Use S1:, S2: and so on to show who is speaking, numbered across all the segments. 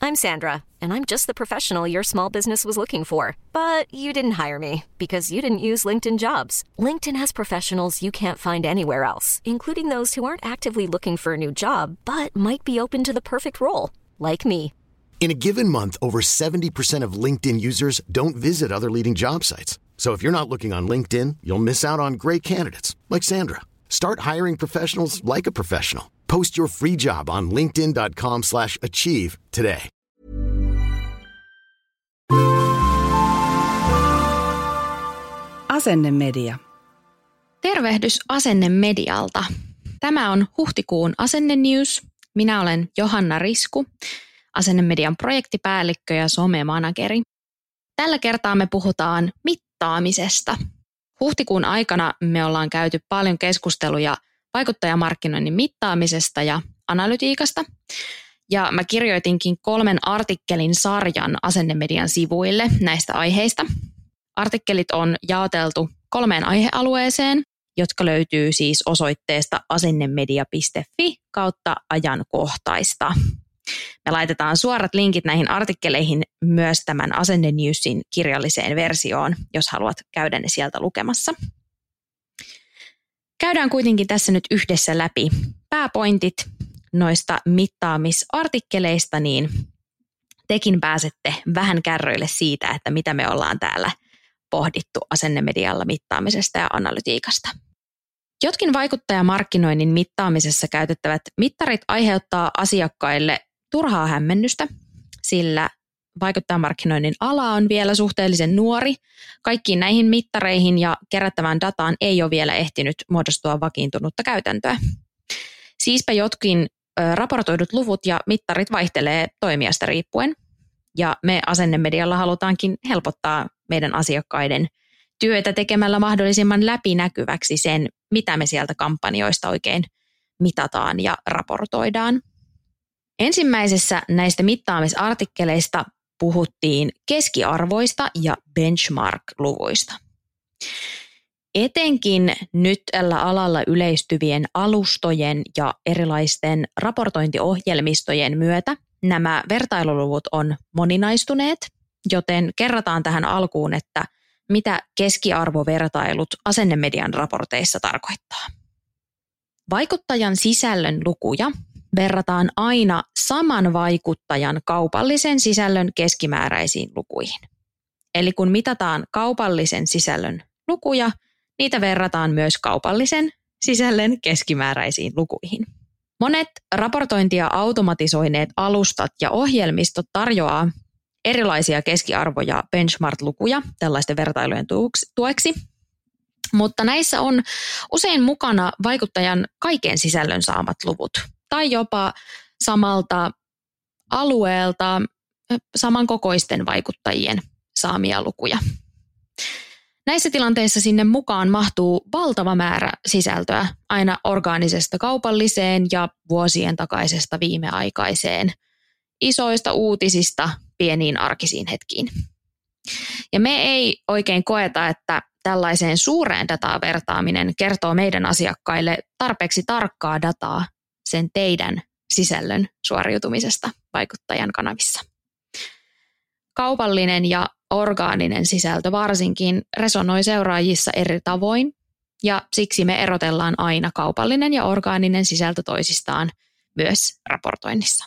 S1: I'm Sandra, and I'm just the professional your small business was looking for. But you didn't hire me because you didn't use LinkedIn Jobs. LinkedIn has professionals you can't find anywhere else, including those who aren't actively looking for a new job, but might be open to the perfect role, like me.
S2: In a given month, over 70% of LinkedIn users don't visit other leading job sites. So if you're not looking on LinkedIn, you'll miss out on great candidates like Sandra. Start hiring professionals like a professional. Post your free job on linkedin.com/achieve today.
S3: Asennemedia.
S4: Tervehdys Asennemedialta. Tämä on huhtikuun Asenne News. Minä olen Johanna Risku, Asennemedian projektipäällikkö ja somemanageri. Tällä kertaa me puhutaan mittaamisesta. Huhtikuun aikana me ollaan käyty paljon keskusteluja vaikuttajamarkkinoinnin mittaamisesta ja analytiikasta. Ja mä kirjoitinkin 3 artikkelin sarjan Asennemedian sivuille näistä aiheista. Artikkelit on jaoteltu 3 aihealueeseen, jotka löytyy siis osoitteesta asennemedia.fi/ajankohtaista. Me laitetaan suorat linkit näihin artikkeleihin myös tämän Asenne Newsin kirjalliseen versioon, jos haluat käydä ne sieltä lukemassa. Käydään kuitenkin tässä nyt yhdessä läpi pääpointit noista mittaamisartikkeleista, niin tekin pääsette vähän kärryille siitä, että mitä me ollaan täällä pohdittu Asennemedialla mittaamisesta ja analytiikasta. Jotkin vaikuttajamarkkinoinnin mittaamisessa käytettävät mittarit aiheuttaa asiakkaille turhaa hämmennystä, sillä vaikuttajamarkkinoinnin ala on vielä suhteellisen nuori. Kaikkiin näihin mittareihin ja kerättävään dataan ei ole vielä ehtinyt muodostua vakiintunutta käytäntöä. Siispä jotkin raportoidut luvut ja mittarit vaihtelee toimijasta riippuen. Ja me Asennemedialla halutaankin helpottaa meidän asiakkaiden työtä tekemällä mahdollisimman läpinäkyväksi sen, mitä me sieltä kampanjoista oikein mitataan ja raportoidaan. Ensimmäisessä näistä mittaamisartikkeleista puhuttiin keskiarvoista ja benchmark-luvuista. Etenkin nyt tällä alalla yleistyvien alustojen ja erilaisten raportointiohjelmistojen myötä nämä vertailuluvut on moninaistuneet, joten kerrataan tähän alkuun, että mitä keskiarvovertailut Asennemedian raporteissa tarkoittaa. Vaikuttajan sisällön lukuja verrataan aina saman vaikuttajan kaupallisen sisällön keskimääräisiin lukuihin. Eli kun mitataan kaupallisen sisällön lukuja, niitä verrataan myös kaupallisen sisällön keskimääräisiin lukuihin. Monet raportointia automatisoineet alustat ja ohjelmistot tarjoaa erilaisia keskiarvo- ja benchmark-lukuja tällaisten vertailujen tueksi, mutta näissä on usein mukana vaikuttajan kaiken sisällön saamat luvut tai jopa samalta alueelta samankokoisten vaikuttajien saamia lukuja. Näissä tilanteissa sinne mukaan mahtuu valtava määrä sisältöä aina orgaanisesta kaupalliseen ja vuosien takaisesta viimeaikaiseen, isoista uutisista pieniin arkisiin hetkiin. Ja me ei oikein koeta, että tällaiseen suureen dataa vertaaminen kertoo meidän asiakkaille tarpeeksi tarkkaa dataa sen teidän sisällön suoriutumisesta vaikuttajan kanavissa. Kaupallinen ja orgaaninen sisältö varsinkin resonoi seuraajissa eri tavoin, ja siksi me erotellaan aina kaupallinen ja orgaaninen sisältö toisistaan myös raportoinnissa.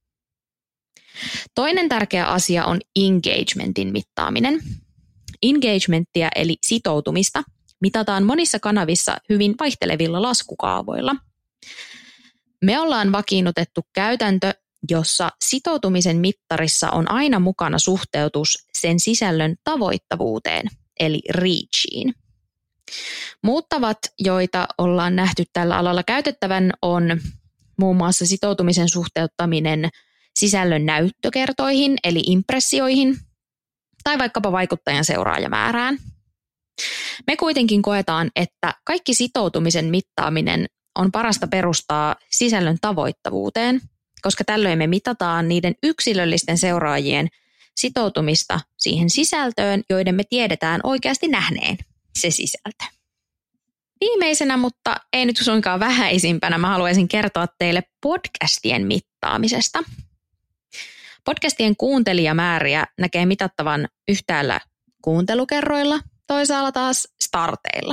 S4: Toinen tärkeä asia on engagementin mittaaminen. Engagementtia eli sitoutumista mitataan monissa kanavissa hyvin vaihtelevilla laskukaavoilla. Me ollaan vakiinnutettu käytäntö, jossa sitoutumisen mittarissa on aina mukana suhteutus sen sisällön tavoittavuuteen, eli reachiin. Muut tavat, joita ollaan nähty tällä alalla käytettävän, on muun muassa sitoutumisen suhteuttaminen sisällön näyttökertoihin, eli impressioihin, tai vaikkapa vaikuttajan seuraajamäärään. Me kuitenkin koetaan, että kaikki sitoutumisen mittaaminen on parasta perustaa sisällön tavoittavuuteen, koska tällöin me mitataan niiden yksilöllisten seuraajien sitoutumista siihen sisältöön, joiden me tiedetään oikeasti nähneen se sisältö. Viimeisenä, mutta ei nyt suinkaan vähäisimpänä, mä haluaisin kertoa teille podcastien mittaamisesta. Podcastien kuuntelijamääriä näkee mitattavan yhtäällä kuuntelukerroilla, toisaalla taas starteilla.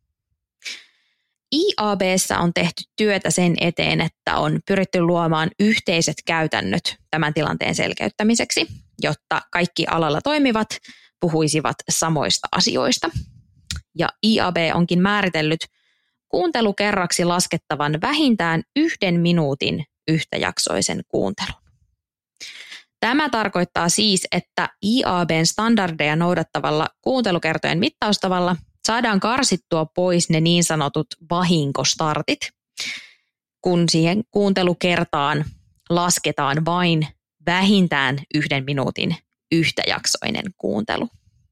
S4: IAB:ssä on tehty työtä sen eteen, että on pyritty luomaan yhteiset käytännöt tämän tilanteen selkeyttämiseksi, jotta kaikki alalla toimivat puhuisivat samoista asioista. Ja IAB onkin määritellyt kuuntelukerraksi laskettavan vähintään 1 minuutin yhtäjaksoisen kuuntelun. Tämä tarkoittaa siis, että IAB:n standardeja noudattavalla kuuntelukertojen mittaustavalla saadaan karsittua pois ne niin sanotut vahinkostartit, kun siihen kuuntelukertaan lasketaan vain vähintään 1 minuutin yhtäjaksoinen kuuntelu.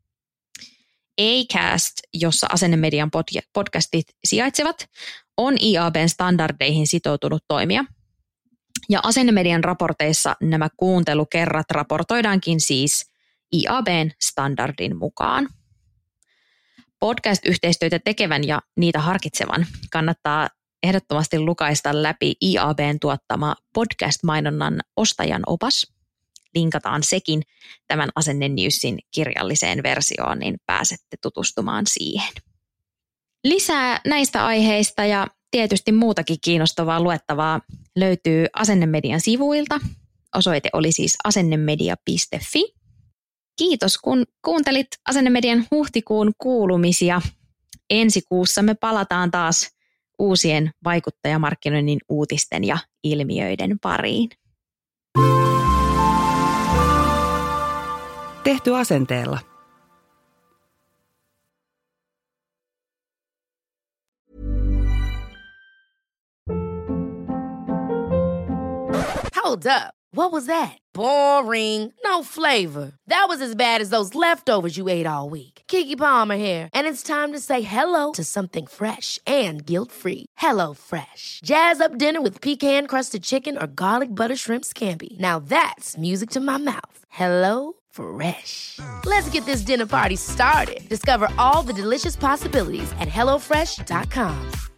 S4: Acast, jossa Asennemedian podcastit sijaitsevat, on IAB:n standardeihin sitoutunut toimija. Ja Asennemedian raporteissa nämä kuuntelukerrat raportoidaankin siis IAB:n standardin mukaan. Podcast-yhteistyötä tekevän ja niitä harkitsevan kannattaa ehdottomasti lukaista läpi IAB:n tuottama podcast-mainonnan ostajan opas. Linkataan sekin tämän Asenne Newsin kirjalliseen versioon, niin pääsette tutustumaan siihen. Lisää näistä aiheista ja tietysti muutakin kiinnostavaa luettavaa löytyy Asennemedian sivuilta. Osoite oli siis asennemedia.fi. Kiitos, kun kuuntelit Asennemedian huhtikuun kuulumisia. Ensi kuussa me palataan taas uusien vaikuttajamarkkinoinnin uutisten ja ilmiöiden pariin.
S3: Tehty asenteella.
S5: Hold up. What was that? Boring. No flavor. That was as bad as those leftovers you ate all week. Keke Palmer here, and it's time to say hello to something fresh and guilt-free. Hello Fresh. Jazz up dinner with pecan-crusted chicken or garlic butter shrimp scampi. Now that's music to my mouth. Hello Fresh. Let's get this dinner party started. Discover all the delicious possibilities at HelloFresh.com.